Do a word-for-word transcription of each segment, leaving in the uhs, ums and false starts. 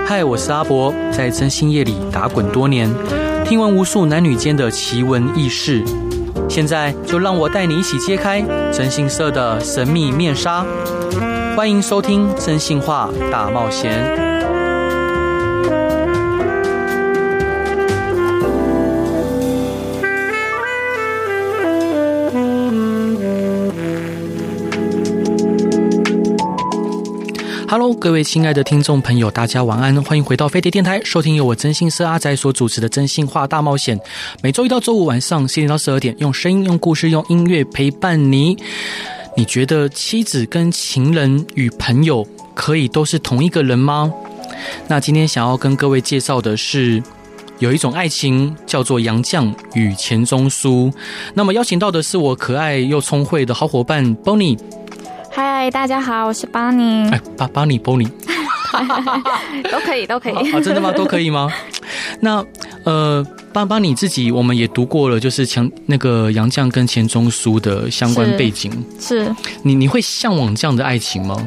嗨，我是阿伯，在征信业里打滚多年，听闻无数男女间的奇闻异事。现在就让我带你一起揭开征信社的神秘面纱。欢迎收听《征信话大冒险》。Hello， 各位亲爱的听众朋友，大家晚安，欢迎回到飞碟电台，收听由我征信社阿宅所主持的征信话大冒险。每周一到周五晚上十点到十二点，用声音、用故事、用音乐陪伴你。你觉得妻子跟情人与朋友可以都是同一个人吗？那今天想要跟各位介绍的是，有一种爱情叫做杨绛与钱钟书。那么邀请到的是我可爱又聪慧的好伙伴 Bonnie。 嗨，大家好，我是巴尼。 哎，巴巴尼 Bonnie 都可以，都可以。 啊，真的吗？都可以吗？那呃，巴巴你自己，我们也读过了，就是强那个杨绛跟钱钟书的相关背景。 是，是你你会向往这样的爱情吗？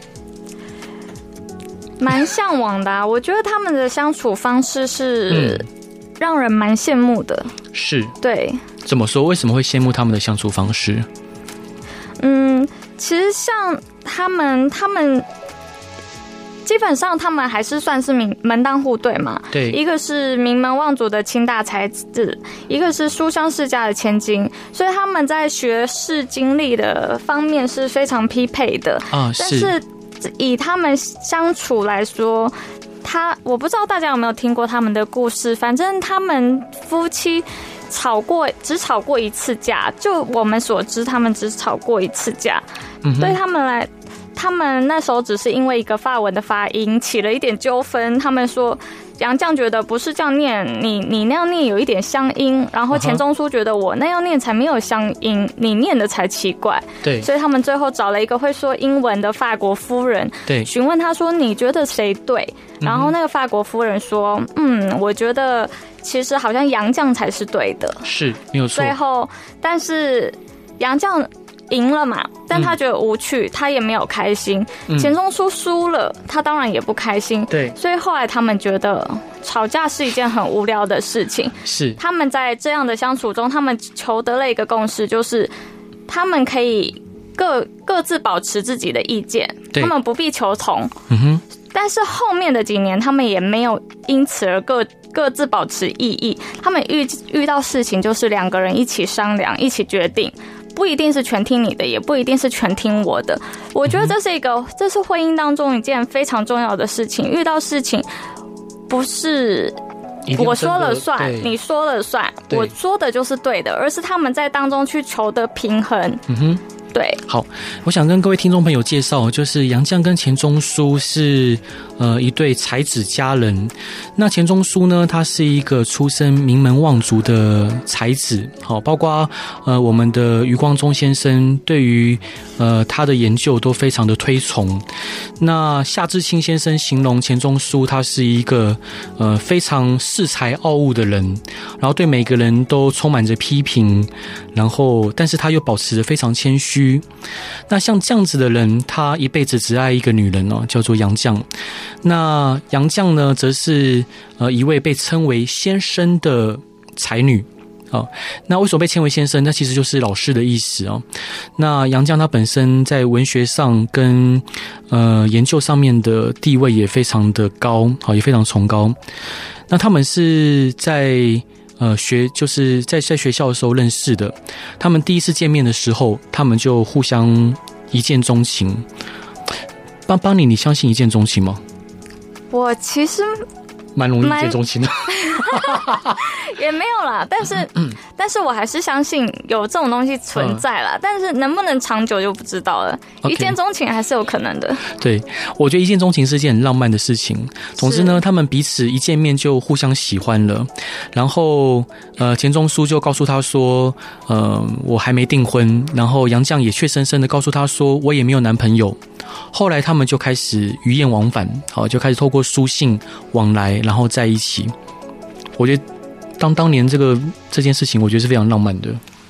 蛮向往的啊，我觉得他们的相处方式是让人蛮羡慕的。 是， 对。 怎么说？为什么会羡慕他们的相处方式？ 嗯。其实像他们，他们基本上他们还是算是名门当户对嘛。 对，一个是名门望族的清大才子，一个是书香世家的千金，所以他们在学识经历的方面是非常匹配的啊。 但是以他们相处来说，他我不知道大家有没有听过他们的故事，反正他们夫妻吵过，只吵过一次架。就我们所知，他们只吵过一次架。嗯、对他们来，他们那时候只是因为一个法文的发音起了一点纠纷。他们说，杨绛觉得不是这样念，你你那样念有一点乡音。然后钱钟书觉得我那样念才没有乡音，你念的才奇怪。 对， 所以他们最后找了一个会说英文的法国夫人， 对， 询问他说你觉得谁对？然后那个法国夫人说，嗯，我觉得其实好像杨绛才是对的， 是没有错。 最后，但是杨绛赢了嘛，但他觉得无趣，嗯、他也没有开心。钱钟书输了，他当然也不开心。 对， 所以后来他们觉得吵架是一件很无聊的事情。 是，他们在这样的相处中，他们求得了一个共识，就是他们可以各各自保持自己的意见，他们不必求同。嗯哼。但是后面的几年，他们也没有因此而各各自保持异议。他们遇遇到事情，就是两个人一起商量，一起决定，不一定是全听你的，也不一定是全听我的。我觉得这是一个，这是婚姻当中一件非常重要的事情。遇到事情，不是我说了算，你说了算，我说的就是对的，而是他们在当中去求得平衡。嗯哼。对， 好，我想跟各位听众朋友介绍，就是杨绛跟钱钟书是呃一对才子佳人。那钱钟书呢，他是一个出身名门望族的才子，好，包括呃我们的余光中先生对于呃他的研究都非常的推崇。那夏志清先生形容钱钟书，他是一个呃非常恃才傲物的人，然后对每个人都充满着批评，然后但是他又保持着非常谦虚。那像这样子的人，他一辈子只爱一个女人哦，叫做杨绛。那杨绛呢，则是呃一位被称为先生的才女。哦，那为什么被称为先生？那其实就是老师的意思哦。那杨绛她本身在文学上跟呃研究上面的地位也非常的高，好，也非常崇高。那他们是在呃，学就是在在学校的时候认识的。他们第一次见面的时候，他们就互相一见钟情。邦邦尼，你相信一见钟情吗？ 我其实蛮容易一见钟情的。 也没有啦，但是、嗯、但是我还是相信有这种东西存在啦、嗯、但是能不能长久就不知道了。Okay. 一见钟情还是有可能的。对， 我觉得一见钟情是一件很浪漫的事情。总之呢，他们彼此一见面就互相喜欢了。然后呃，钱钟书就告诉他说呃，我还没订婚。然后杨绛也怯生生的告诉他说，我也没有男朋友。后来他们就开始鱼雁往返，好，就开始透过书信往来，然后在一起。我觉得当当年这个这件事情，我觉得是非常浪漫的。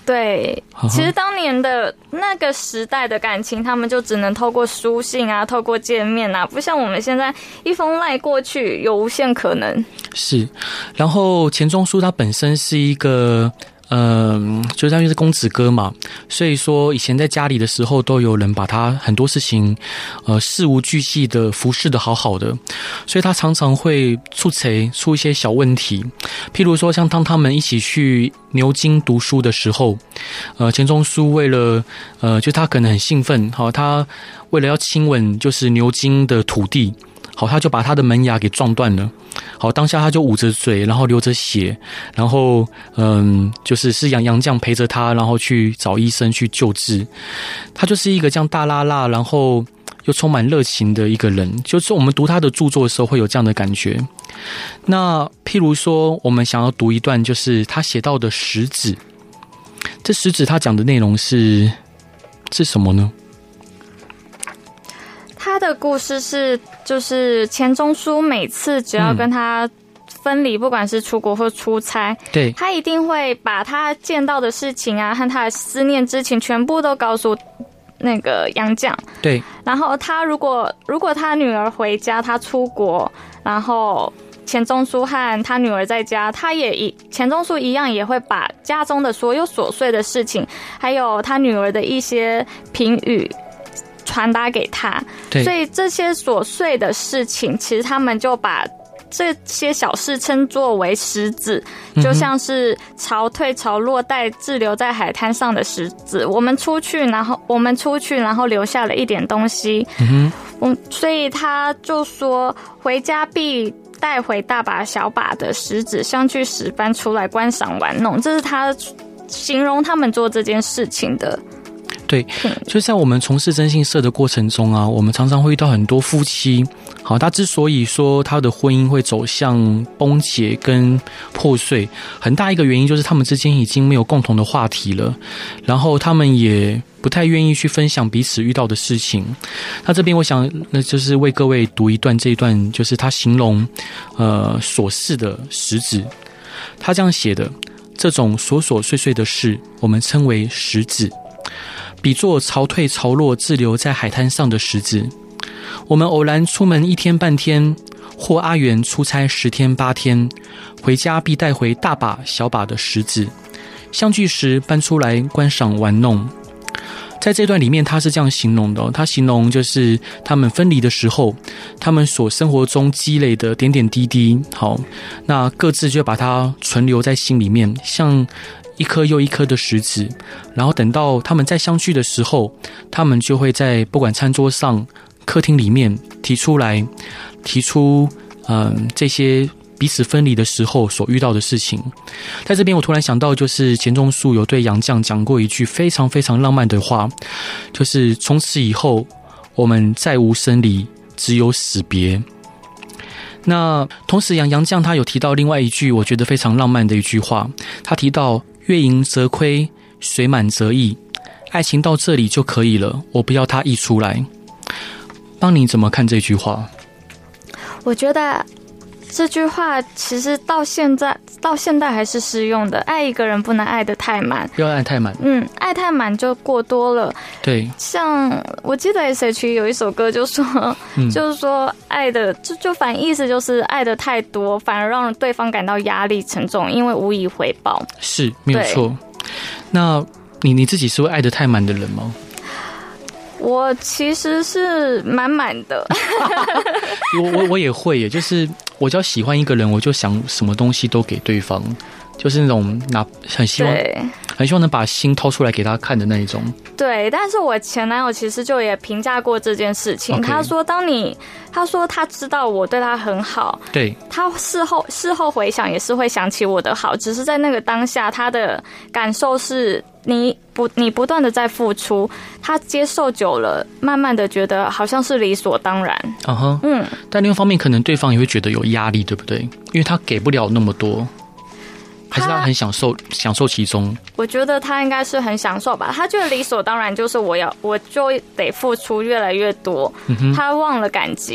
对，其实当年的那个时代的感情，他们就只能透过书信啊，透过见面啊，不像我们现在一封赖过去有无限可能。 是，然后钱钟书他本身是一个。嗯，就是他就是公子哥嘛，所以说以前在家里的时候都有人把他很多事情，呃，事无巨细的服侍的好好的，所以他常常会出错出一些小问题，譬如说像当他们一起去牛津读书的时候，呃，钱钟书为了呃，就他可能很兴奋，好，他为了要亲吻就是牛津的土地。好，他就把他的门牙给撞断了。好，当下他就捂着嘴，然后流着血，然后嗯，就是是杨杨绛陪着他，然后去找医生去救治。他就是一个这样大辣辣，然后又充满热情的一个人。就是我们读他的著作的时候，会有这样的感觉。那譬如说，我们想要读一段，就是他写到的食指。这食指他讲的内容是是什么呢？ 他的故事是，就是钱钟书每次只要跟他分离，嗯、不管是出国或出差， 对， 他一定会把他见到的事情啊，和他的思念之情全部都告诉那个杨绛。 对， 然后他如果如果他女儿回家，他出国，然后钱钟书和他女儿在家，他也一钱钟书一样也会把家中的所有琐碎的事情，还有他女儿的一些评语。传达给他，所以这些琐碎的事情，其实他们就把这些小事称作为石子，就像是潮退潮落带滞留在海滩上的石子。我们出去，然后我们出去，然后留下了一点东西。嗯哼，所以他就说，回家必带回大把小把的石子，相聚时搬出来观赏玩弄。这是他形容他们做这件事情的。 对，就在我们从事征信社的过程中啊，我们常常会遇到很多夫妻，好，他之所以说他的婚姻会走向崩解跟破碎，很大一个原因就是他们之间已经没有共同的话题了，然后他们也不太愿意去分享彼此遇到的事情。那这边我想，那就是为各位读一段这一段，就是他形容呃琐事的石子，他这样写的：这种琐琐碎碎的事，我们称为石子。比作潮退潮落滞留在海滩上的石子。我们偶然出门一天半天，或阿元出差十天八天，回家必带回大把小把的石子，相聚时搬出来观赏玩弄。在这段里面他是这样形容的、哦、他形容就是他们分离的时候，他们所生活中积累的点点滴滴，好，那各自就把它存留在心里面，像一颗又一颗的石子，然后等到他们再相聚的时候，他们就会在不管餐桌上、客厅里面提出来，提出嗯这些彼此分离的时候所遇到的事情。在这边我突然想到，就是钱钟书有对杨绛讲过一句非常非常浪漫的话，就是从此以后我们再无生离，只有死别。那同时杨杨绛他有提到另外一句我觉得非常浪漫的一句话，他提到月盈则亏，水满则溢，爱情到这里就可以了，我不要它溢出来。帮你怎么看这句话？ 我觉得这句话其实到现在到现在还是适用的，爱一个人不能爱得太满， 不要爱太满。 嗯，爱太满就过多了。 对， 像我记得 S H E 有一首歌就说、嗯、就是说爱的就就反意思就是爱的太多，反而让对方感到压力沉重，因为无以回报。 是，没有错。那你你自己是会爱得太满的人吗？ 我其实是满满的。 我我我也会耶，就是我只要喜欢一个人，我就想什么东西都给对方，就是那种拿很希望很希望能把心掏出来给他看的那一种。 对，但是我前男友其实就也评价过这件事情。Okay. 他说，当你他说他知道我对他很好， 对， 他事后事后回想也是会想起我的好，只是在那个当下，他的感受是你不你不断的在付出，他接受久了，慢慢的觉得好像是理所当然。 啊哈，嗯。但另一方面，可能对方也会觉得有压力，对不对？因为他给不了那么多。还是他很享受享受其中？ 我觉得他应该是很享受吧。他觉得理所当然，就是我要我就得付出越来越多，嗯、他忘了感激。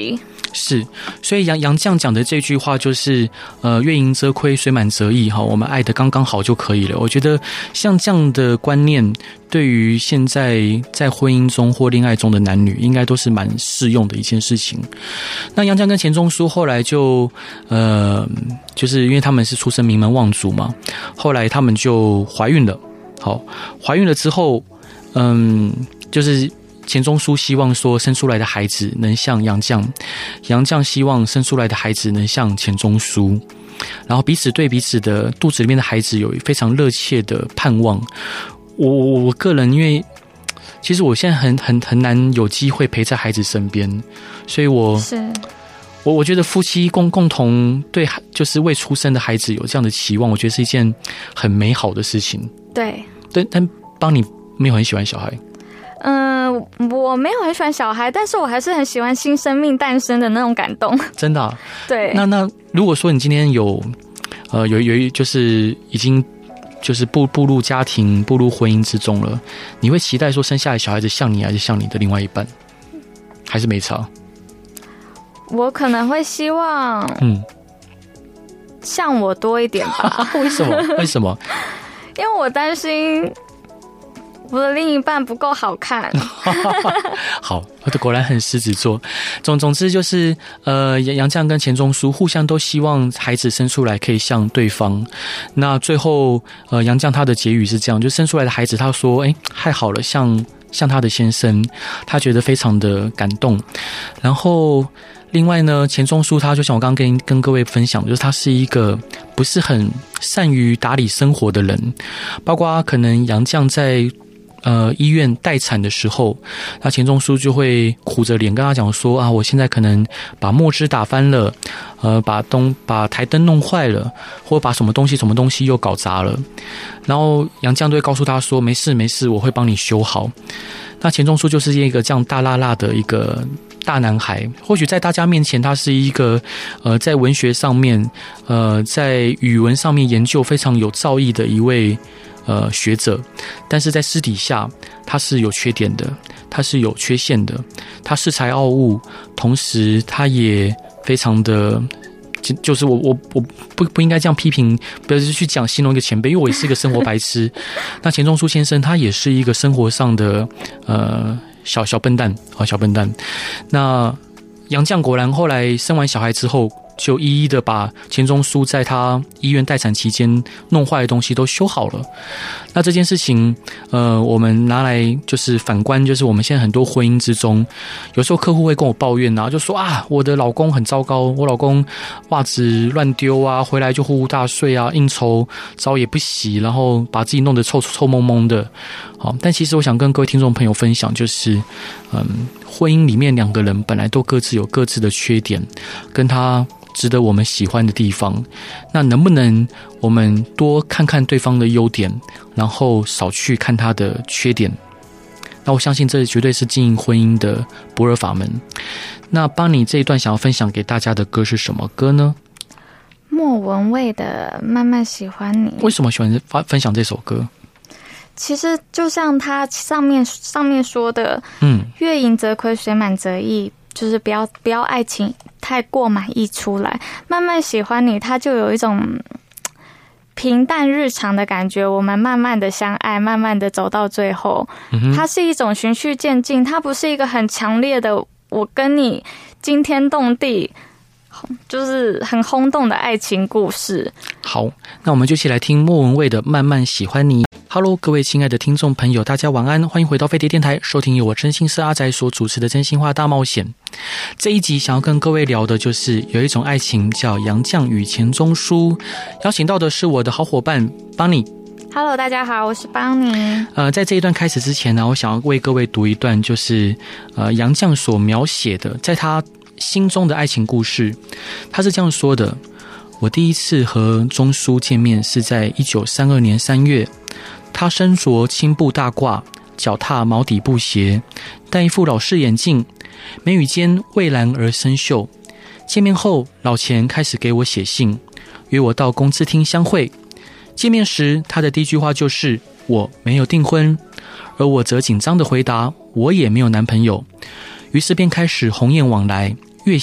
是，所以杨杨绛讲的这句话就是呃，月盈则亏，水满则溢哈，我们爱的刚刚好就可以了。我觉得像这样的观念，对于现在在婚姻中或恋爱中的男女，应该都是蛮适用的一件事情。那杨绛跟钱钟书后来就呃，就是因为他们是出身名门望族嘛，后来他们就怀孕了。好，怀孕了之后，嗯，就是钱钟书希望说生出来的孩子能像杨绛，杨绛希望生出来的孩子能像钱钟书，然后彼此对彼此的肚子里面的孩子有非常热切的盼望。我我我个人因为其实我现在很很很难有机会陪在孩子身边，所以我是我我觉得夫妻共共同对就是未出生的孩子有这样的期望，我觉得是一件很美好的事情。 对， 但但邦你没有很喜欢小孩。 嗯，我没有很喜欢小孩，但是我还是很喜欢新生命诞生的那种感动。 真的、啊？ 对。 那那如果说你今天有，呃，有有就是已经就是步步入家庭、步入婚姻之中了，你会期待说生下来小孩子像你，还是像你的另外一半，还是没差？ 我可能会希望，嗯，像我多一点吧。 为什么？为什么？ 因为我担心我的另一半不够好看。 好，果然很狮子座。总总之就是，呃，杨绛跟钱钟书互相都希望孩子生出来可以像对方。那最后，呃，杨绛他的结语是这样，就生出来的孩子，他说：“哎，太好了，像像他的先生，他觉得非常的感动。”然后。另外呢，钱钟书他就像我刚刚跟跟各位分享的，就是他是一个不是很善于打理生活的人，包括可能杨绛在呃医院待产的时候，那钱钟书就会苦着脸跟他讲说啊，我现在可能把墨汁打翻了，呃，把灯把台灯弄坏了，或者把什么东西什么东西又搞砸了，然后杨绛都会告诉他说没事没事，我会帮你修好。那钱钟书就是一个这样大辣辣的一个大男孩，或许在大家面前他是一个呃在文学上面呃在语文上面研究非常有造诣的一位呃学者，但是在私底下他是有缺点的，他是有缺陷的，他恃才傲物，同时他也非常的就是我我我不不应该这样批评，不要去讲形容一个前辈，因为我也是一个生活白痴。那钱钟书先生他也是一个生活上的呃小小笨蛋啊，小笨蛋。那杨绛果然后来生完小孩之后，就一一的把钱钟书在他医院待产期间弄坏的东西都修好了。那这件事情，呃，我们拿来就是反观，就是我们现在很多婚姻之中，有时候客户会跟我抱怨啊，就说啊，我的老公很糟糕，我老公袜子乱丢啊，回来就呼呼大睡啊，应酬澡也不洗，然后把自己弄得臭臭蒙蒙的。好，但其实我想跟各位听众朋友分享，就是嗯，婚姻里面两个人本来都各自有各自的缺点，跟他值得我们喜欢的地方，那能不能我们多看看对方的优点，然后少去看他的缺点？那我相信这绝对是经营婚姻的不二法门。那帮你这一段想要分享给大家的歌是什么歌呢？ 莫文蔚的《慢慢喜欢你》。 为什么喜欢分享这首歌？ 其实就像他上面上面说的，嗯，月盈则亏，水满则溢，就是不要不要爱情太过满溢出来，慢慢喜欢你，它就有一种平淡日常的感觉。我们慢慢的相爱，慢慢的走到最后，嗯、它是一种循序渐进，它不是一个很强烈的我跟你惊天动地，就是很轰动的爱情故事。 好，那我们就一起来听莫文蔚的《慢慢喜欢你》。Hello， 各位亲爱的听众朋友，大家晚安，欢迎回到飞碟电台，收听由我真心是阿宅所主持的真心话大冒险。这一集想要跟各位聊的就是有一种爱情叫杨绛与钱钟书，邀请到的是我的好伙伴邦尼。 Hello， 大家好，我是邦尼。 呃，在这一段开始之前呢，我想要为各位读一段，就是呃杨绛所描写的，在他心中的爱情故事。他是这样说的：我第一次和钟书见面是在一九三二年三月。他身着青布大褂，脚踏毛底布鞋，戴一副老式眼镜，眉宇间蔚蓝而生锈。见面后，老钱开始给我写信，约我到公资厅相会。见面时，他的第一句话就是我没有订婚，而我则紧张地回答我也没有男朋友。于是便开始鸿雁往来，越写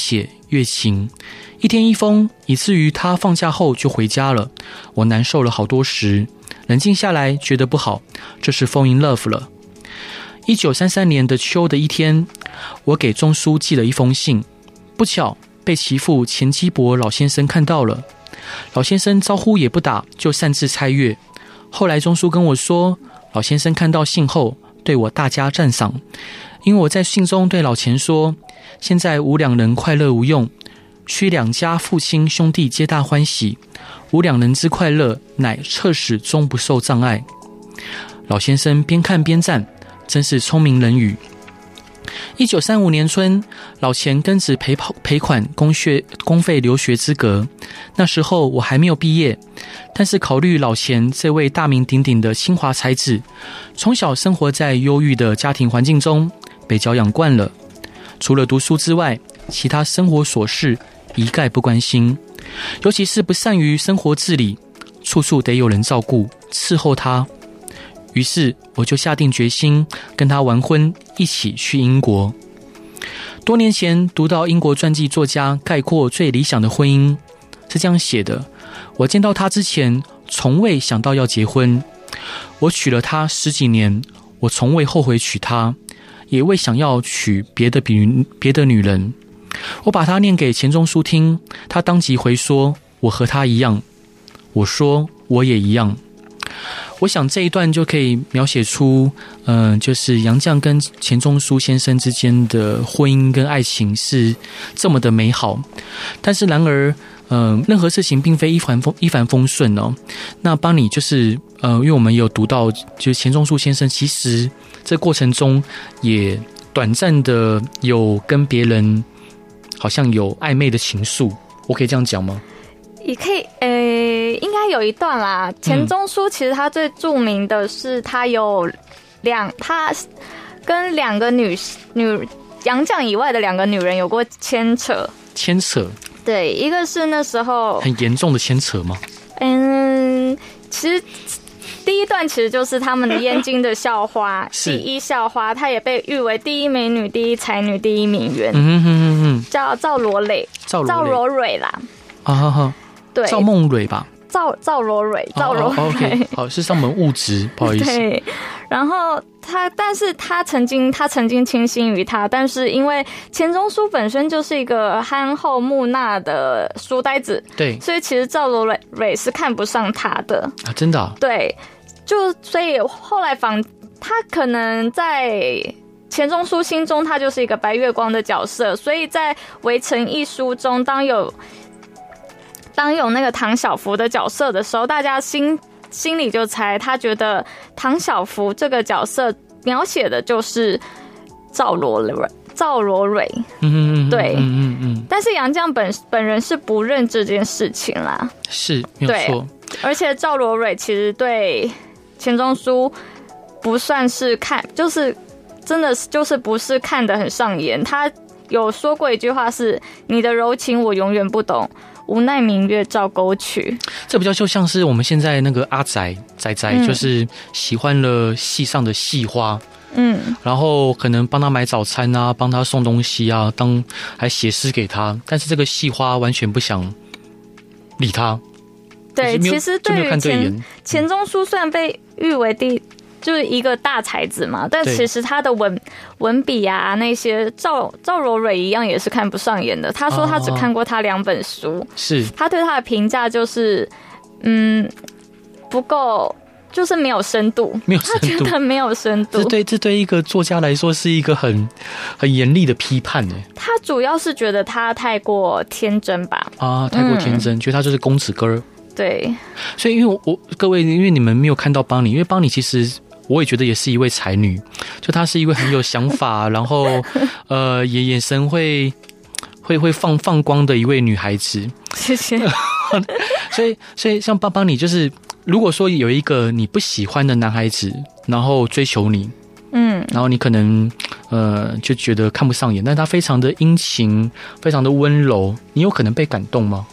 越情，一天一封，以至于他放假后就回家了。我难受了好多时，冷静下来觉得不好，这是 fall in love 了。一九三三年的秋的一天，我给钟书寄了一封信，不巧被其父钱基伯老先生看到了。老先生招呼也不打，就擅自拆阅。后来钟书跟我说，老先生看到信后对我大加赞赏，因为我在信中对老钱说，现在吾两人快乐无用，须两家父亲兄弟皆大欢喜，吾两人之快乐乃彻始终不受障碍。老先生边看边赞，真是聪明人语。一九三五年春，老钱跟子赔赔款公学公费留学资格。那时候我还没有毕业，但是考虑老钱这位大名鼎鼎的清华才子，从小生活在忧郁的家庭环境中，被教养惯了。除了读书之外，其他生活琐事一概不关心，尤其是不善于生活自理，处处得有人照顾伺候他。于是我就下定决心跟他完婚，一起去英国。多年前读到英国传记作家概括最理想的婚姻是这样写的：我见到他之前从未想到要结婚，我娶了她十几年，我从未后悔娶她，也未想要娶别的比别的女人。我把她念给钱钟书听，他当即回说，我和她一样。我说我也一样。我想这一段就可以描写出，嗯、呃，就是杨绛跟钱钟书先生之间的婚姻跟爱情是这么的美好。但是然而，嗯、呃，任何事情并非一帆风一帆风顺哦。那帮你就是，呃，因为我们有读到，就是钱钟书先生其实这过程中也短暂的有跟别人好像有暧昧的情愫，我可以这样讲吗？ 也可以，呃，应该有一段啦。钱钟书其实他最著名的是他有两，他跟两个女女杨绛以外的两个女人有过牵扯。 牵扯？对， 一个是那时候很严重的牵扯吗？ 嗯，其实第一段其实就是他们的燕京的校花，第一校花，她也被誉为第一美女、第一才女、第一名媛，嗯哼哼哼，叫赵罗蕾，赵罗蕊啦。啊哈哈。对， 赵梦蕊吧， 赵赵罗蕊，赵罗蕊， oh, okay, 好，是上门误植，不好意思。 对，然后他，但是他曾经，他曾经倾心于他，但是因为钱钟书本身就是一个憨厚木讷的书呆子， 对， 所以其实赵罗蕊是看不上他的啊，真的、啊。 对，就所以后来访他可能在钱钟书心中，他就是一个白月光的角色，所以在《围城》一书中，当有。当有那个唐晓芙的角色的时候，大家心心里就猜，他觉得唐晓芙这个角色描写的就是赵罗蕊，赵罗蕊。嗯嗯，对，嗯嗯嗯。但是杨绛本本人是不认这件事情啦， 是没有错。 而且赵罗蕊其实对钱钟书不算是看，就是真的就是不是看得很上眼。他有说过一句话是：“你的柔情我永远不懂。”无奈明月照沟渠， 这比较就像是我们现在那个阿宅宅宅、嗯，就是喜欢了戏上的戏花，嗯，然后可能帮他买早餐啊，帮他送东西啊，当还写诗给他，但是这个戏花完全不想理他。 对，其实对于钱钱钟书虽然被誉为第。就是一个大才子嘛，但其实他的文文笔啊那些赵赵罗蕊一样也是看不上眼的。他说他只看过他两本书，是、哦、他对他的评价就是嗯不够，就是没有深度， 没有深度， 他觉得没有深度。 这对这对一个作家来说是一个很很严厉的批判呢。 他主要是觉得他太过天真吧， 啊，太过天真，嗯、觉得他就是公子哥。对，所以因为我我各位，因为你们没有看到邦妮，因为邦妮其实。我也觉得也是一位才女，就她是一位很有想法，然后呃也眼神会会会放放光的一位女孩子。 谢谢。 所以所以像邦邦妮，就是如果说有一个你不喜欢的男孩子，然后追求你，嗯，然后你可能呃就觉得看不上眼，但他非常的殷勤，非常的温柔，你有可能被感动吗？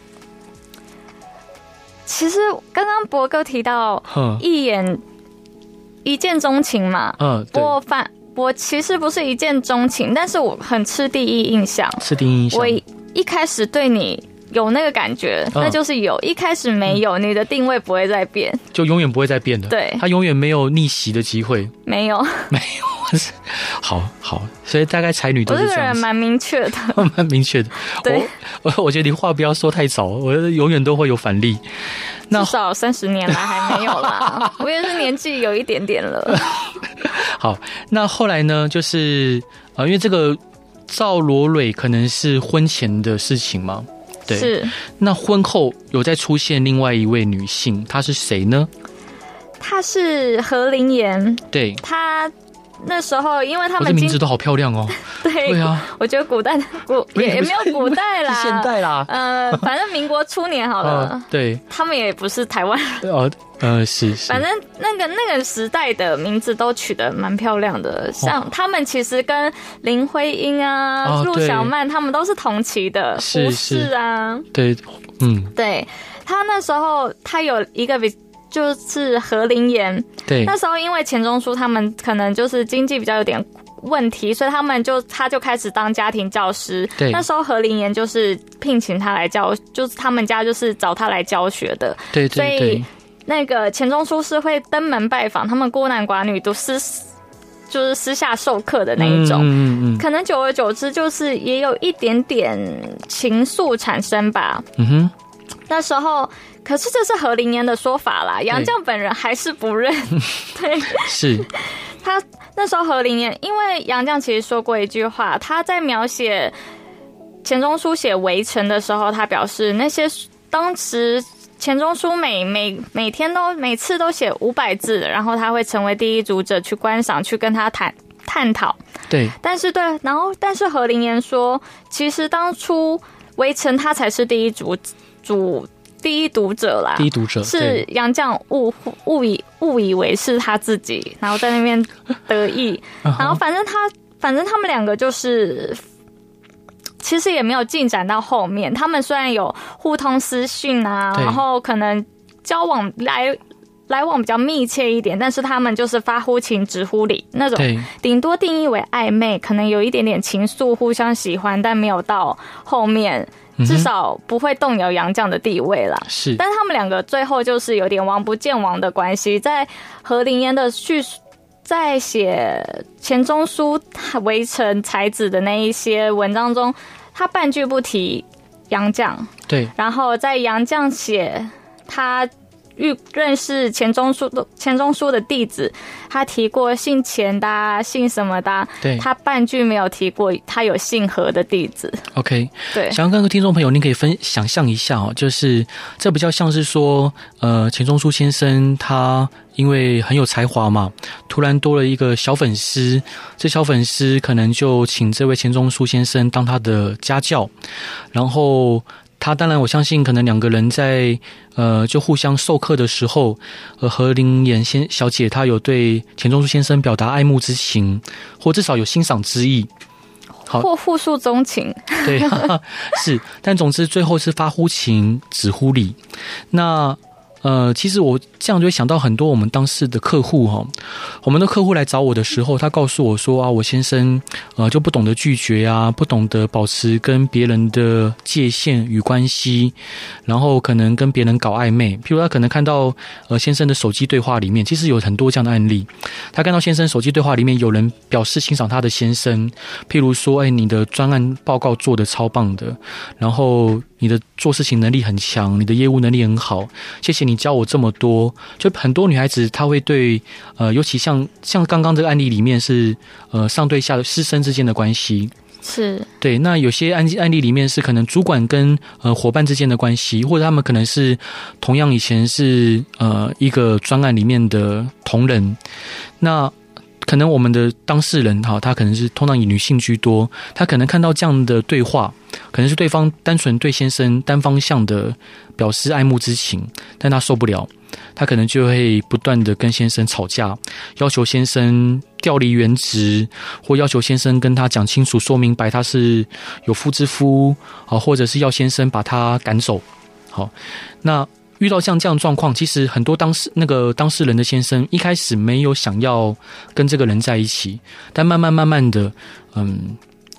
其实刚刚博哥提到一眼。一见钟情嘛，嗯，我反我其实不是一见钟情，但是我很吃第一印象， 吃第一印象。 我一开始对你有那个感觉，那就是有；一开始没有，你的定位不会再变， 就永远不会再变的。对，他永远没有逆袭的机会， 没有， 没有。好好，所以大概才女都是这样子。 我这个人蛮明确的， 蛮明确的。 对， 我我觉得你话不要说太早，我永远都会有反例。 至少三十年来还没有啦，我也是年纪有一点点了。 好，那后来呢？就是呃，因为这个赵罗蕊可能是婚前的事情嘛。对， 是。 那婚后有再出现另外一位女性，她是谁呢？ 她是何灵妍。 对， 她那时候因为他们、 哦、这名字都好漂亮哦。 对，对啊，我觉得古代古也也没有古代啦， 是现代啦。 呃，反正民国初年好了。 呃、对， 他们也不是台湾人。 哦，呃，是是。 反正那个那个时代的名字都取得蛮漂亮的，像他们其实跟林徽因啊、陆、哦、小曼他们都是同期的， 是是啊。 对，嗯， 对他那时候他有一个比。就是何灵妍， 对， 那时候因为钱钟书他们可能就是经济比较有点问题，所以他们就他就开始当家庭教师。 对， 那时候何灵妍就是聘请他来教，就是他们家就是找他来教学的。 对对对， 所以那个钱钟书是会登门拜访，他们孤男寡女都私就是私下授课的那一种。嗯嗯嗯，可能久而久之就是也有一点点情愫产生吧。嗯哼，那时候。可是这是何灵妍的说法啦，杨绛本人还是不认。对， 是他那时候何灵妍，因为杨绛其实说过一句话，他在描写钱钟书写《围城》的时候，他表示那些当时钱钟书每每每天都每次都写五百字，然后他会成为第一读者去观赏，去跟他谈探讨。 对， 但是对，然后但是何灵妍说，其实当初《围城》他才是第一主主。第一读者啦， 第一读者是杨绛误误以误以为是他自己，然后在那边得意，然后反正他反正他们两个就是其实也没有进展到后面。他们虽然有互通私讯啊，然后可能交往来来往比较密切一点，但是他们就是发乎情止乎礼那种，顶多定义为暧昧，可能有一点点情愫，互相喜欢，但没有到后面。至少不会动摇杨绛的地位啦。 是， 但是他们两个最后就是有点王不见王的关系。在何灵妍的叙述，在写钱钟书围城才子的那一些文章中，他半句不提杨绛。 对， 然后在杨绛写他遇认识钱钟书的钱钟书的弟子，他提过姓钱的、啊、姓什么的、啊， 对， 他半句没有提过他有姓何的弟子。 OK， 对， 想跟听众朋友，您可以分想象一下哦，就是这比较像是说，呃，钱钟书先生他因为很有才华嘛，突然多了一个小粉丝，这小粉丝可能就请这位钱钟书先生当他的家教，然后。他当然，我相信可能两个人在呃就互相授课的时候，呃何灵妍先小姐她有对钱钟书先生表达爱慕之情，或至少有欣赏之意， 好，或互诉衷情。 对，是，但总之最后是发乎情，止乎礼。那呃，其实我这样就会想到很多我们当时的客户哈，我们的客户来找我的时候，他告诉我说啊，我先生呃就不懂得拒绝啊，不懂得保持跟别人的界限与关系，然后可能跟别人搞暧昧。譬如他可能看到呃先生的手机对话里面，其实有很多这样的案例，他看到先生手机对话里面有人表示欣赏他的先生，譬如说，哎，你的专案报告做得超棒的，然后你的做事情能力很强，你的业务能力很好，谢谢你教我这么多。就很多女孩子她会对呃，尤其像像刚刚这个案例里面是呃上对下的师生之间的关系， 是对。那有些案案例里面是可能主管跟呃伙伴之间的关系，或者他们可能是同样以前是呃一个专案里面的同仁，那可能我们的当事人哈，他可能是通常以女性居多，他可能看到这样的对话，可能是对方单纯对先生单方向的表示爱慕之情，但他受不了，他可能就会不断的跟先生吵架，要求先生调离原职，或要求先生跟他讲清楚说明白他是有妇之夫，或者是要先生把他赶走。好，那遇到像这样的状况，其实很多当事那个当事人的先生一开始没有想要跟这个人在一起，但慢慢慢慢的，嗯，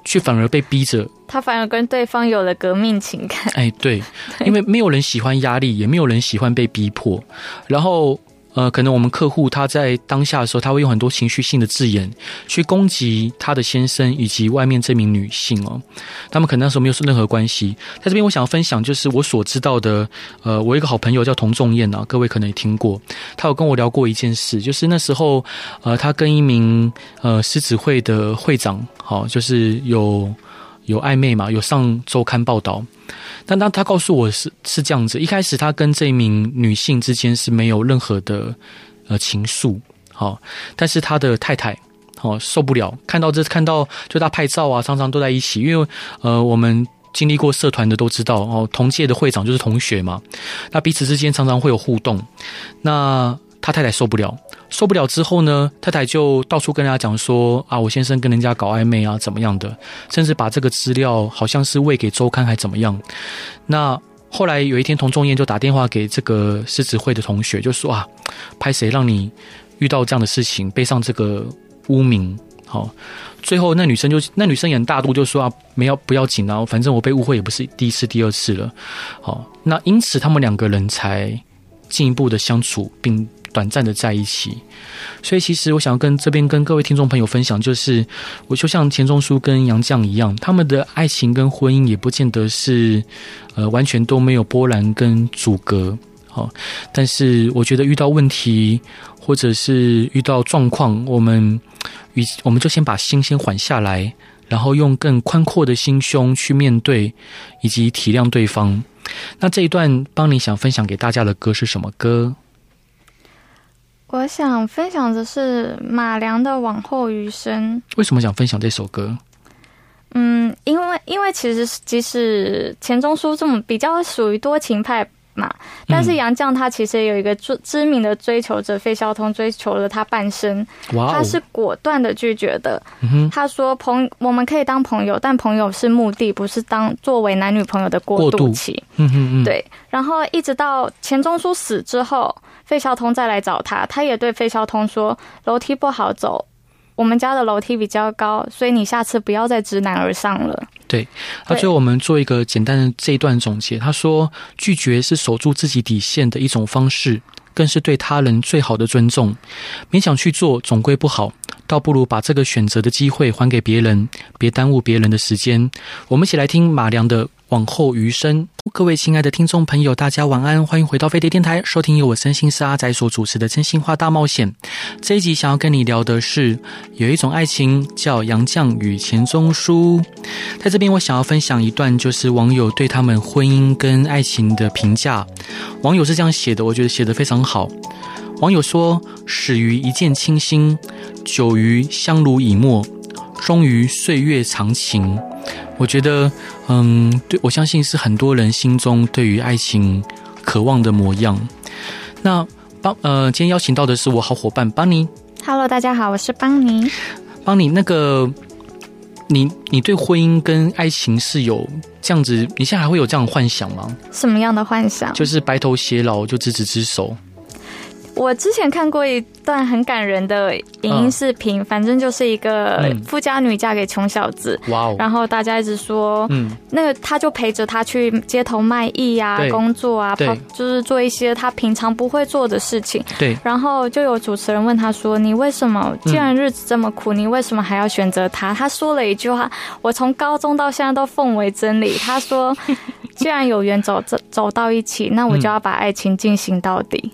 却反而被逼着， 他反而跟对方有了革命情感。 哎，对，因为没有人喜欢压力，也没有人喜欢被逼迫，然后。呃，可能我们客户他在当下的时候，他会用很多情绪性的字眼去攻击他的先生以及外面这名女性哦。他们可能那时候没有任何关系。在这边，我想要分享就是我所知道的，呃，我有一个好朋友叫童仲彦啊，各位可能也听过，他有跟我聊过一件事，就是那时候，呃，他跟一名呃狮子会的会长，好、哦，就是有有暧昧嘛，有上周刊报道。但他他告诉我是是这样子，一开始他跟这名女性之间是没有任何的呃情愫，好、哦，但是他的太太哦受不了，看到这看到就他拍照啊，常常都在一起，因为呃我们经历过社团的都知道哦，同届的会长就是同学嘛，那彼此之间常常会有互动，那他太太受不了。受不了之后呢，太太就到处跟人家讲说啊，我先生跟人家搞暧昧啊，怎么样的，甚至把这个资料好像是喂给周刊还怎么样。那后来有一天，童仲彦就打电话给这个狮子会的同学，就说啊，拍谁让你遇到这样的事情，背上这个污名。好，最后那女生就那女生也很大度，就说啊，没要不要紧啊，反正我被误会也不是第一次、第二次了。好，那因此他们两个人才进一步的相处，并短暂的在一起。所以其实我想要跟这边跟各位听众朋友分享，就是我就像钱钟书跟杨绛一样，他们的爱情跟婚姻也不见得是呃完全都没有波澜跟阻隔。好，但是我觉得遇到问题或者是遇到状况，我们与我们就先把心先缓下来，然后用更宽阔的心胸去面对以及体谅对方。那这一段帮你想分享给大家的歌是什么歌？ 我想分享的是马良的《往后余生》。 为什么想分享这首歌？ 嗯，因为因为其实即使钱钟书这么比较属于多情派嘛，但是杨绛他其实也有一个知名的追求者费孝通追求了他半生，他是果断的拒绝的。嗯、他说朋我们可以当朋友，但朋友是目的，不是当作为男女朋友的过渡期。嗯嗯嗯，对。然后一直到钱钟书死之后，费孝通再来找他，他也对费孝通说，楼梯不好走，我们家的楼梯比较高，所以你下次不要再知难而上了。对， 那最后我们做一个简单的这一段总结。他说，拒绝是守住自己底线的一种方式，更是对他人最好的尊重。勉强去做总归不好，倒不如把这个选择的机会还给别人，别耽误别人的时间。我们一起来听马良的《往后余生》。各位亲爱的听众朋友，大家晚安，欢迎回到飞碟电台，收听由我真心是阿仔所主持的真心话大冒险。这一集想要跟你聊的是，有一种爱情叫杨绛与钱钟书。在这边我想要分享一段，就是网友对他们婚姻跟爱情的评价。网友是这样写的，我觉得写得非常好。网友说，始于一见倾心，久于相濡以沫，终于岁月长情。我觉得嗯，对，我相信是很多人心中对于爱情渴望的模样。那邦呃，今天邀请到的是我好伙伴邦尼。 Hello， 大家好，我是邦尼。 邦尼，那个你你对婚姻跟爱情是有这样子，你现在还会有这样的幻想吗？ 什么样的幻想？ 就是白头偕老，就执子之手。 我之前看过一段很感人的影音视频，嗯、反正就是一个富家女嫁给穷小子，哇、嗯！然后大家一直说，嗯，那个他就陪着他去街头卖艺啊，工作啊，跑就是做一些他平常不会做的事情。对。然后就有主持人问他说：“你为什么？既然日子这么苦，嗯、你为什么还要选择他？”他说了一句话，我从高中到现在都奉为真理。他说：“既然有缘走走到一起，那我就要把爱情进行到底。”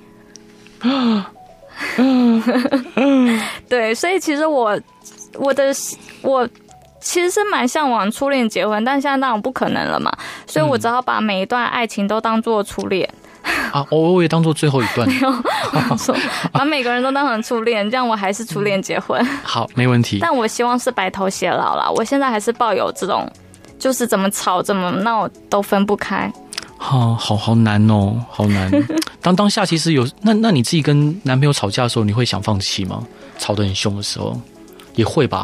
对，所以其实我我的我其实是蛮向往初恋结婚，但现在当然不可能了嘛，所以我只好把每一段爱情都当作初恋。 啊，我也当作最后一段， 没有把每个人都当成初恋，这样我还是初恋结婚。 好，没问题。 但我希望是白头偕老啦，我现在还是抱有这种，就是怎么吵怎么闹都分不开。 好好好难哦，好难。当当下其实有那那你自己跟男朋友吵架的时候，你会想放弃吗？吵得很凶的时候，也会吧？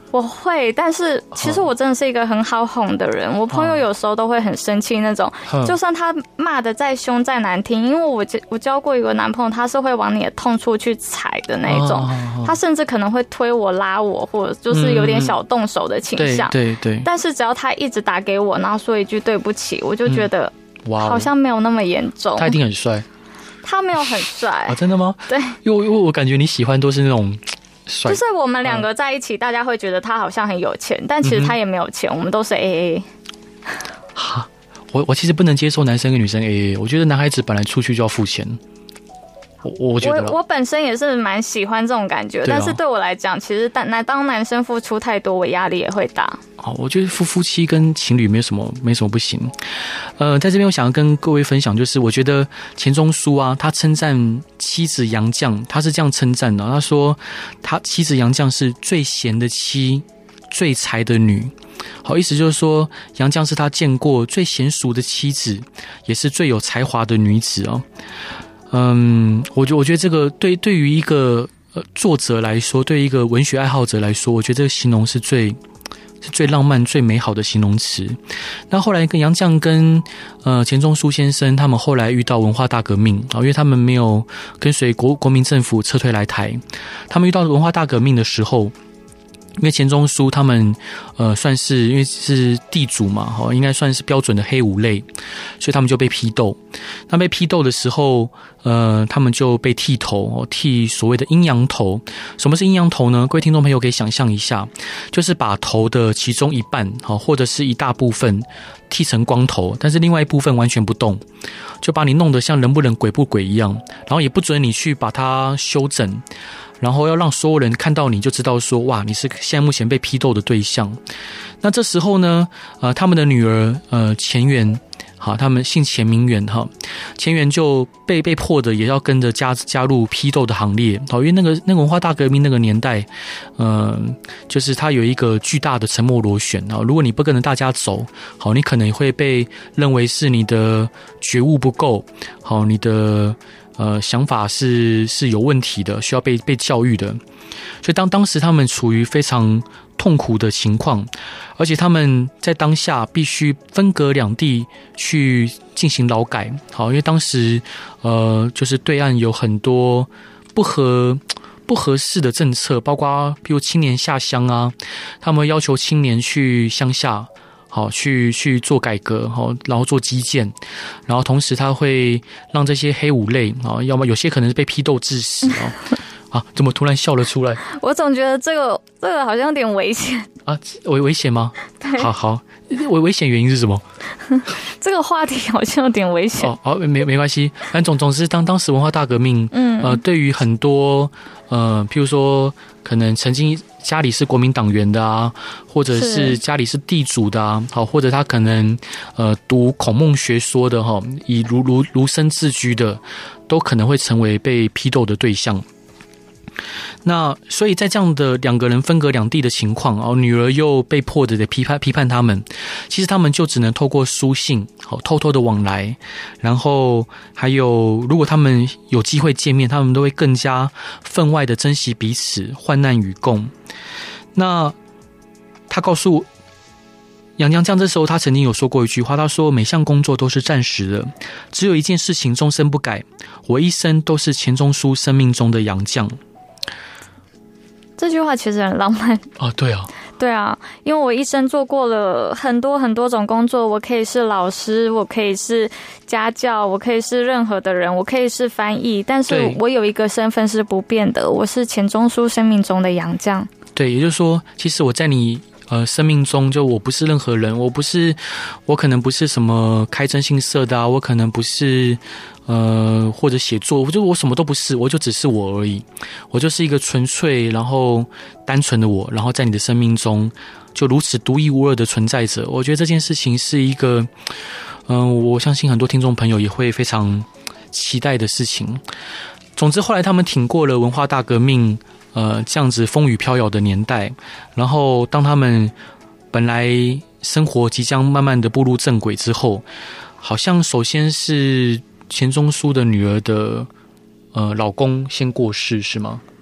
我会，但是其实我真的是一个很好哄的人。我朋友有时候都会很生气那种，就算他骂的再凶再难听，因为我我交过一个男朋友，他是会往你的痛处去踩的那种，他甚至可能会推我拉我，或者就是有点小动手的倾向。 对对对。但是只要他一直打给我，然后说一句对不起，我就觉得好像没有那么严重。 他一定很帅。 他没有很帅啊？真的吗？ 对， 因为因为我感觉你喜欢都是那种。 就是我们两个在一起，大家会觉得他好像很有钱，但其实他也没有钱，我们都是 A A。 哈，我我其实不能接受男生跟女生 A A， 我觉得男孩子本来出去就要付钱。我我觉得我我本身也是蛮喜欢这种感觉，但是对我来讲，其实当当男生付出太多，我压力也会大。 好，我觉得夫夫妻跟情侣没有什么没什么不行。呃，在这边我想要跟各位分享，就是我觉得钱钟书啊，他称赞妻子杨绛，他是这样称赞的，他说他妻子杨绛是最贤的妻，最才的女。好，意思就是说杨绛是他见过最娴熟的妻子，也是最有才华的女子哦。嗯，我觉我觉得这个对对于一个呃作者来说，对于一个文学爱好者来说，我觉得这个形容是最是最浪漫、最美好的形容词。那后来跟杨绛跟呃钱钟书先生他们后来遇到文化大革命啊，因为他们没有跟随国国民政府撤退来台，他们遇到文化大革命的时候。因为钱钟书他们，呃，算是因为是地主嘛，哈，应该算是标准的黑五类，所以他们就被批斗。那被批斗的时候，呃，他们就被剃头，剃所谓的阴阳头。什么是阴阳头呢？各位听众朋友可以想象一下，就是把头的其中一半，好，或者是一大部分剃成光头，但是另外一部分完全不动，就把你弄得像人不人鬼不鬼一样，然后也不准你去把它修整。然后要让所有人看到你就知道说，哇，你是现在目前被批斗的对象。那这时候呢，呃，他们的女儿呃钱媛，好，他们姓钱名媛哈，钱媛就被被迫的也要跟着加加入批斗的行列。好，因为那个那个文化大革命那个年代，呃，就是它有一个巨大的沉默螺旋啊。如果你不跟着大家走，好，你可能会被认为是你的觉悟不够，好，你的。呃，想法是是有问题的，需要被被教育的。所以当当时他们处于非常痛苦的情况，而且他们在当下必须分隔两地去进行劳改。好，因为当时呃，就是对岸有很多不合不合适的政策，包括比如青年下乡啊，他们要求青年去乡下。好，去去做改革，好，然后做基建，然后同时他会让这些黑五类啊，要么有些可能是被批斗致死啊，啊，怎么突然笑了出来？ 我总觉得这个这个好像有点危险啊，危危险吗？ 对， 好好，危危险原因是什么？ 这个话题好像有点危险。 哦，好，没没关系，反正总总之当当时文化大革命，嗯，呃，对于很多呃，譬如说可能曾经。家里是国民党员的啊，或者是家里是地主的啊，好，或者他可能呃读孔孟学说的哈，以儒儒儒生自居的，都可能会成为被批斗的对象。那所以在这样的两个人分隔两地的情况，哦，女儿又被迫的得批判批判他们，其实他们就只能透过书信，好，偷偷的往来，然后还有如果他们有机会见面，他们都会更加分外的珍惜彼此，患难与共。那他告诉杨绛，这时候他曾经有说过一句话，他说每项工作都是暂时的，只有一件事情终身不改，我一生都是钱钟书生命中的杨绛。 这句话其实很浪漫啊，对啊， 对啊，因为我一生做过了很多很多种工作，我可以是老师，我可以是家教，我可以是任何的人，我可以是翻译，但是我有一个身份是不变的，我是钱钟书生命中的杨绛。对， 也就是说，其实我在你呃生命中，就我不是任何人，我不是，我可能不是什么开征信社的啊，我可能不是呃或者写作，我就我什么都不是，我就只是我而已，我就是一个纯粹然后单纯的我，然后在你的生命中就如此独一无二的存在着。我觉得这件事情是一个，嗯、呃，我相信很多听众朋友也会非常期待的事情。总之，后来他们挺过了文化大革命。呃，这样子风雨飘摇的年代，然后当他们本来生活即将慢慢的步入正轨之后，好像首先是钱钟书的女儿的呃老公先过世，是吗？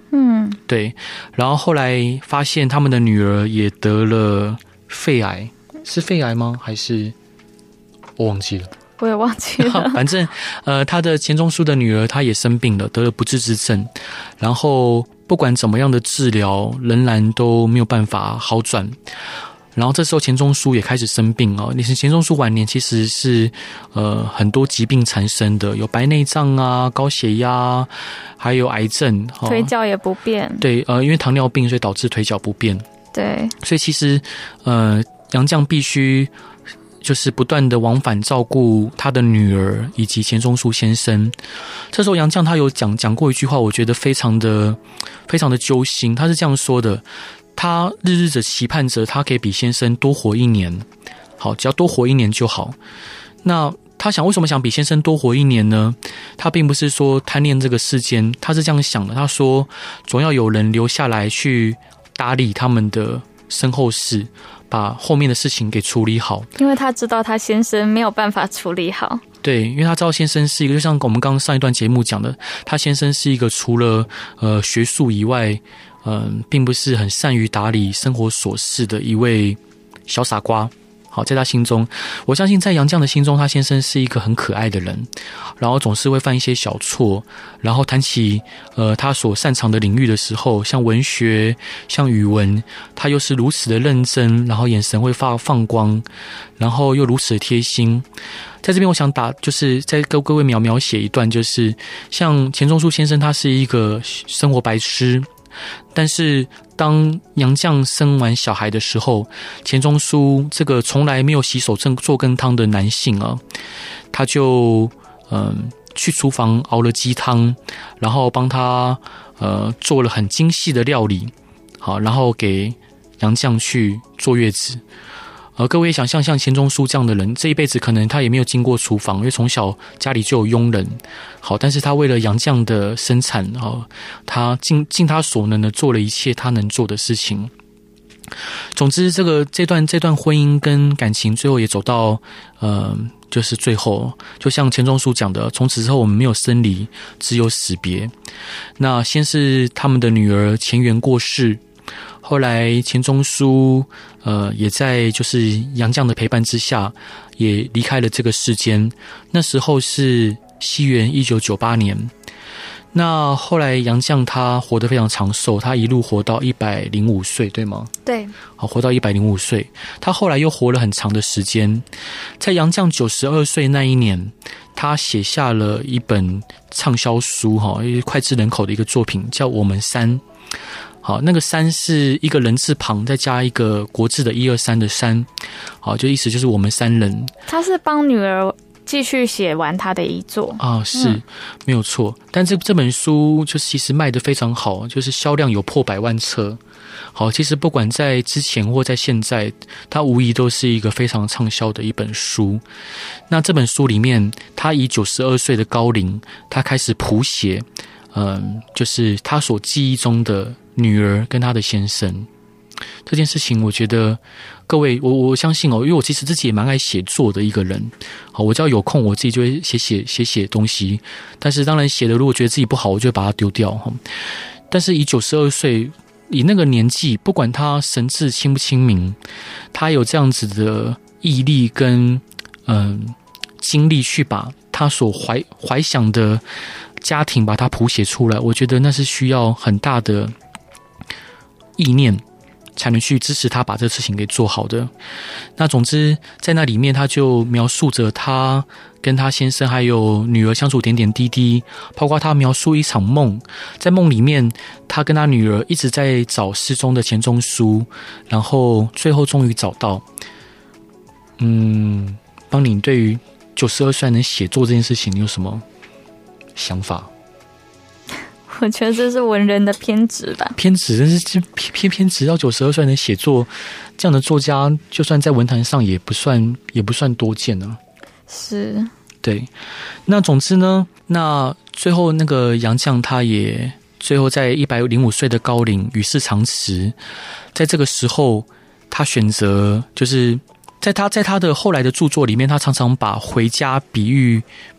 嗯， 对。然后后来发现他们的女儿也得了肺癌，是肺癌吗？还是我忘记了？ 我也忘记了。 反正呃，他的钱钟书的女儿她也生病了，得了不治之症。然后不管怎么样的治疗，仍然都没有办法好转。然后这时候钱钟书也开始生病哦。你是钱钟书晚年其实是呃很多疾病缠身的，有白内障啊、高血压，还有癌症，哦、 腿脚也不便。 对，呃，因为糖尿病所以导致腿脚不便。 对， 所以其实呃杨绛必须就是不断的往返照顾他的女儿以及钱钟书先生。这时候杨绛他有讲讲过一句话，我觉得非常的非常的揪心。他是这样说的。他日日的期盼着他可以比先生多活一年，好，只要多活一年就好。那他想为什么想比先生多活一年呢？他并不是说贪恋这个世间，他是这样想的。他说总要有人留下来去打理他们的身后事，把后面的事情给处理好。 因为他知道他先生没有办法处理好。 对，因为他知道先生是一个，就像我们刚刚上一段节目讲的，他先生是一个除了呃学术以外，嗯，并不是很善于打理生活琐事的一位小傻瓜。好，在他心中，我相信在杨绛的心中，他先生是一个很可爱的人，然后总是会犯一些小错，然后谈起呃他所擅长的领域的时候，像文学、像语文，他又是如此的认真，然后眼神会放放光，然后又如此的贴心。在这边，我想打就是在跟各位描描写一段，就是像钱钟书先生，他是一个生活白痴。但是当杨绛生完小孩的时候，钱钟书这个从来没有洗手做羹汤的男性啊，他就嗯去厨房熬了鸡汤，然后帮他呃做了很精细的料理，好，然后给杨绛去坐月子。而各位想象像钱钟书这样的人，这一辈子可能他也没有进过厨房，因为从小家里就有佣人。好，但是他为了杨绛的生产，哦，他尽尽他所能的做了一切他能做的事情。总之，这个这段这段婚姻跟感情最后也走到呃，就是最后，就像钱钟书讲的，从此之后我们没有生离，只有死别。那先是他们的女儿钱媛过世。后来钱钟书呃也在就是杨绛的陪伴之下也离开了这个世间。那时候是西元一九九八年。那后来杨绛他活得非常长寿，他一路活到一百零五岁，对吗？ 对。 好，活到一百零五岁。他后来又活了很长的时间。在杨绛九十二岁那一年，他写下了一本畅销书，哈，脍炙人口的一个作品，叫《我们三》。好，那个三是一个人字旁再加一个国字的一二三的三，好，就意思就是我们三人。 他是帮女儿继续写完他的遗作啊，是、嗯、没有错。但这这本书就其实卖得非常好，就是销量有破百万册。好，其实不管在之前或在现在，它无疑都是一个非常畅销的一本书。那这本书里面，他以九十二岁的高龄，他开始谱写，嗯，就是他所记忆中的女儿跟他的先生这件事情。我觉得各位，我我相信哦，因为我其实自己也蛮爱写作的一个人。好，我只要有空，我自己就会写写写写东西。但是当然写的如果觉得自己不好，我就会把它丢掉哈。但是以九十二岁，以那个年纪，不管他神志清不清明，他有这样子的毅力跟嗯、呃、精力去把他所怀怀想的家庭把它谱写出来，我觉得那是需要很大的意念才能去支持他把这个事情给做好的。那总之在那里面他就描述着他跟他先生还有女儿相处点点滴滴，包括他描述一场梦，在梦里面他跟他女儿一直在找失踪的钱钟书，然后最后终于找到。嗯，帮你对于九十二岁能写作这件事情你有什么想法？ 我觉得这是文人的偏执吧。 偏执，但是偏偏直到九十二岁能写作这样的作家，就算在文坛上也不算也不算多见啊。 是， 对。那总之呢，那最后那个杨绛他也最后在一百零五岁的高龄与世长辞，在这个时候，他选择就是在他在他的后来的著作里面，他常常把回家比喻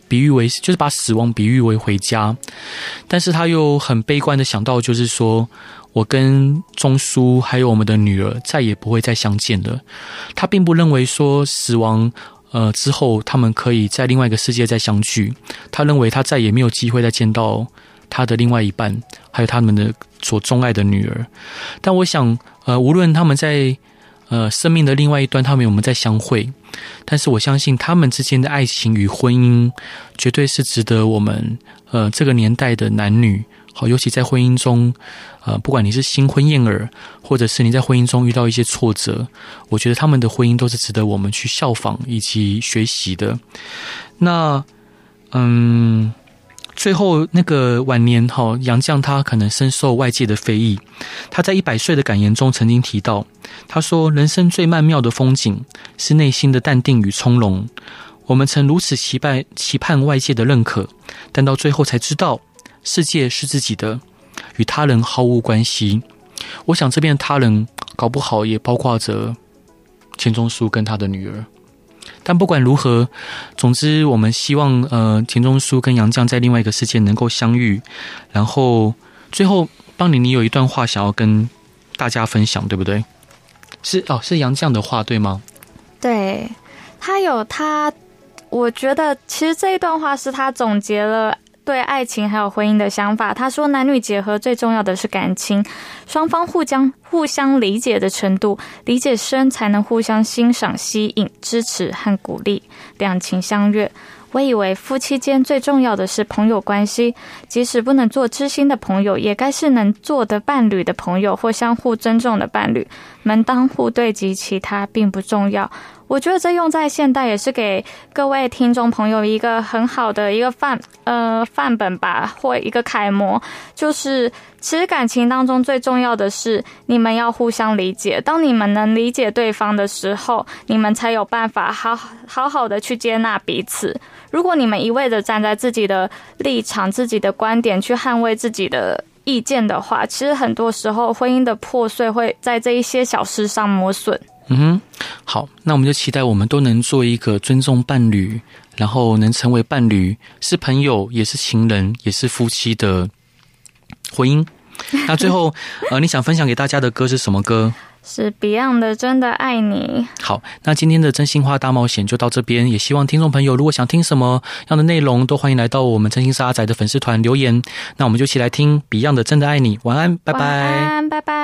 比喻为就是把死亡比喻为回家，但是他又很悲观的想到，就是说我跟钟书还有我们的女儿再也不会再相见了。他并不认为说死亡呃之后他们可以在另外一个世界再相聚，他认为他再也没有机会再见到他的另外一半，还有他们的所钟爱的女儿。但我想，呃，无论他们在呃生命的另外一端，他们有没有再相会，但是我相信他们之间的爱情与婚姻，绝对是值得我们呃这个年代的男女，好，尤其在婚姻中，呃，不管你是新婚燕尔，或者是你在婚姻中遇到一些挫折，我觉得他们的婚姻都是值得我们去效仿以及学习的。那，嗯。最后那个晚年杨绛他可能深受外界的非议，他在一百岁的感言中曾经提到，他说人生最曼妙的风景是内心的淡定与从容，我们曾如此期盼期盼外界的认可，但到最后才知道世界是自己的，与他人毫无关系。我想这边的他人搞不好也包括着钱钟书跟他的女儿。但不管如何，总之我们希望呃钱钟书跟杨绛在另外一个世界能够相遇。然后最后邦妮，你有一段话想要跟大家分享，对不对？是哦，是杨绛的话对吗？ 对，他有他，我觉得其实这一段话是他总结了对爱情还有婚姻的想法。他说男女结合最重要的是感情，双方互相互相理解的程度，理解深才能互相欣赏、吸引、支持和鼓励，两情相悦。我以为夫妻间最重要的是朋友关系，即使不能做知心的朋友，也该是能做的伴侣的朋友或相互尊重的伴侣，门当户对及其他并不重要。我觉得这用在现代也是给各位听众朋友一个很好的一个范呃范本吧，或一个楷模，就是其实感情当中最重要的是你们要互相理解，当你们能理解对方的时候，你们才有办法好好好的去接纳彼此。如果你们一味的站在自己的立场、自己的观点去捍卫自己的意见的话，其实很多时候婚姻的破碎会在这一些小事上磨损。 嗯哼，好，那我们就期待我们都能做一个尊重伴侣，然后能成为伴侣，是朋友，也是情人，也是夫妻的婚姻。那最后，呃，你想分享给大家的歌是什么歌？ 是 Beyond 的《真的爱你》。 好，那今天的真心话大冒险就到这边，也希望听众朋友如果想听什么样的内容，都欢迎来到我们真心是阿宅的粉丝团留言。那我们就一起来听 Beyond 的《真的爱你》。晚安，拜拜。 晚安，拜拜。